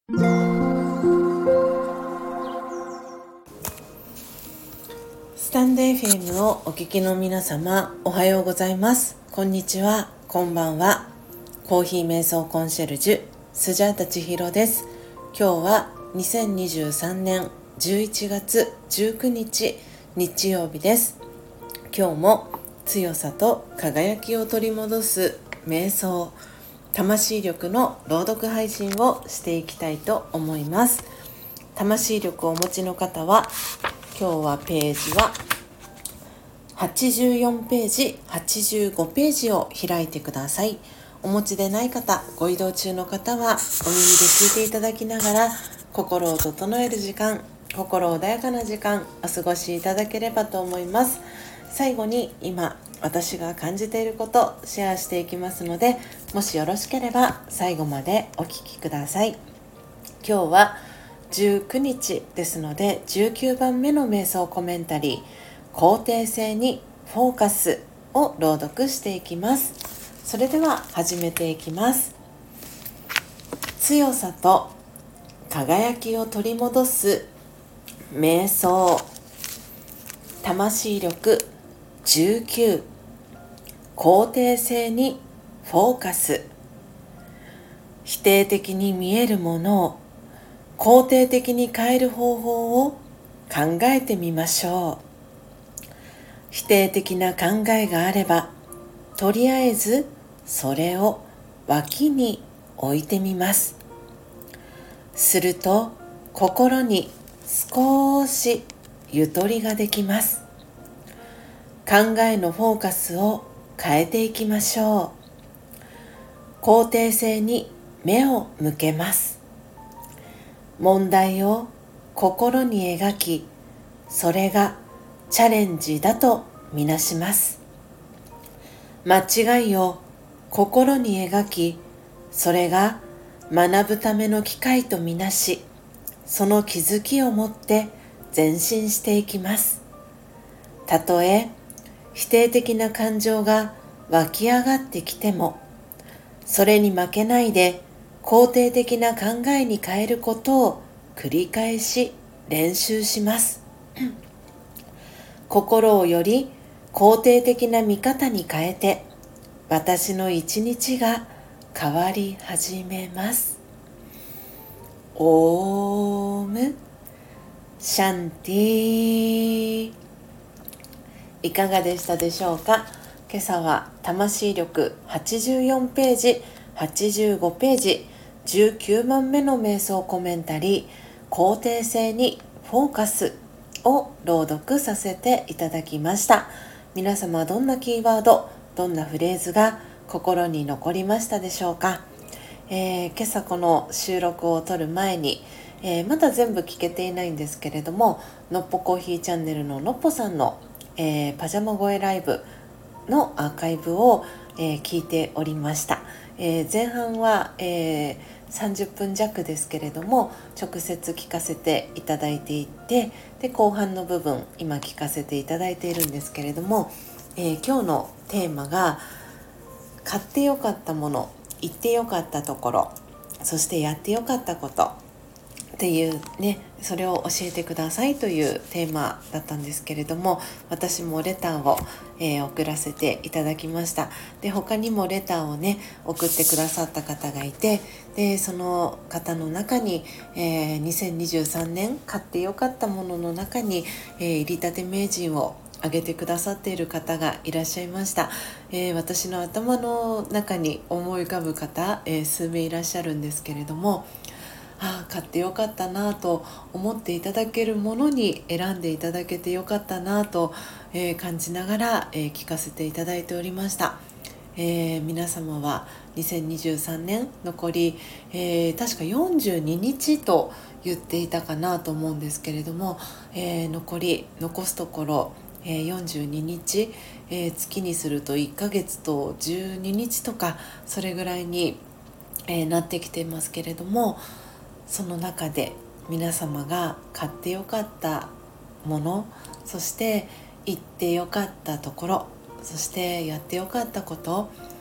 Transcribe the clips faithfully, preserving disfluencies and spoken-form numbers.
スタンド エフエム をお聞きの皆様、おはようございます。こんにちは、こんばんは。コーヒー瞑想コンシェルジュスジャータ千尋です。今日はにせんにじゅうさんねんじゅういちがつじゅうくにち日曜日です。今日も強さと輝きを取り戻す瞑想、魂力の朗読配信をしていきたいと思います。魂力をお持ちの方は、今日はページははちじゅうよんページ、はちじゅうごページを開いてください。お持ちでない方、ご移動中の方はお耳で聞いていただきながら、心を整える時間、心穏やかな時間お過ごしいただければと思います。最後に今私が感じていることシェアしていきますので、もしよろしければ最後までお聞きください。今日はじゅうくにちですので、じゅうきゅうばんめの瞑想コメンタリー、肯定性にフォーカスを朗読していきます。それでは始めていきます。強さと輝きを取り戻す瞑想、魂力じゅうきゅう、肯定性にフォーカス。否定的に見えるものを肯定的に変える方法を考えてみましょう。否定的な考えがあれば、とりあえずそれを脇に置いてみます。すると心に少しゆとりができます。考えのフォーカスを変えていきましょう。肯定性に目を向けます。問題を心に描き、それがチャレンジだとみなします。間違いを心に描き、それが学ぶための機会とみなし、その気づきを持って前進していきます。たとえ否定的な感情が湧き上がってきても、それに負けないで肯定的な考えに変えることを繰り返し練習します。心をより肯定的な見方に変えて、私の一日が変わり始めます。オームシャンティ。いかがでしたでしょうか。今朝は魂力はちじゅうよんページ、はちじゅうごページ、じゅうきゅうばんめの瞑想コメンタリー、肯定性にフォーカスを朗読させていただきました。皆様、どんなキーワード、どんなフレーズが心に残りましたでしょうか。えー、今朝この収録を撮る前に、えー、まだ全部聞けていないんですけれども、のっぽコーヒーチャンネルののっぽさんの、えー、パジャマ声ライブのアーカイブを、えー、聞いておりました。えー、前半は、えー、さんじゅっぷん弱ですけれども、直接聞かせていただいていて、で後半の部分今聞かせていただいているんですけれども、えー、今日のテーマが買ってよかったもの、言ってよかったところ、そしてやってよかったことっていうね、それを教えてくださいというテーマだったんですけれども、私もレターを、えー、送らせていただきました。で他にもレターをね送ってくださった方がいて、でその方の中に、えー、にせんにじゅうさんねん買ってよかったものの中に、えー、入りたて名人を挙げてくださっている方がいらっしゃいました。えー、私の頭の中に思い浮かぶ方、えー、数名いらっしゃるんですけれども、ああ買ってよかったなと思っていただけるものに選んでいただけてよかったなと、えー、感じながら、えー、聞かせていただいておりました。えー、皆様はにせんにじゅうさんねん残り、えー、確かよんじゅうににちと言っていたかなと思うんですけれども、えー、残り残すところ、えー、よんじゅうににち、えー、月にするといっかげつとじゅうににちとかそれぐらいに、えー、なってきていますけれども、その中で皆様が買ってよかったもの、そして行ってよかったところ、そしてやってよかったこと、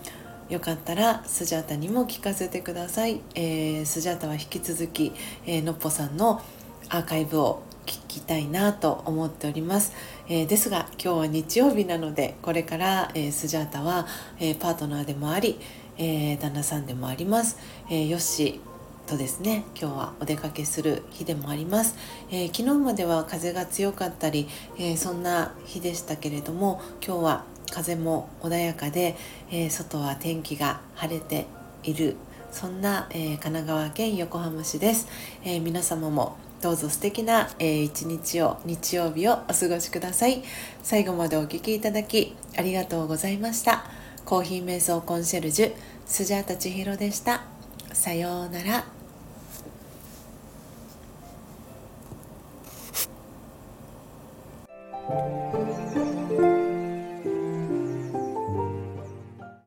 よかったらスジャータにも聞かせてください。えー、スジャータは引き続き、えー、のっぽさんのアーカイブを聞きたいなと思っております。えー、ですが今日は日曜日なので、これから、えー、スジャータは、えー、パートナーでもあり、えー、旦那さんでもあります、えー、ヨッシーとですね、今日はお出かけする日でもあります。えー、昨日までは風が強かったり、えー、そんな日でしたけれども、今日は風も穏やかで、えー、外は天気が晴れている、そんな、えー、神奈川県横浜市です。えー、皆様もどうぞ素敵な、えー、一日を、日曜日をお過ごしください。最後までお聞きいただきありがとうございました。コーヒー瞑想コンシェルジュスジャータ千尋でした。さようなら。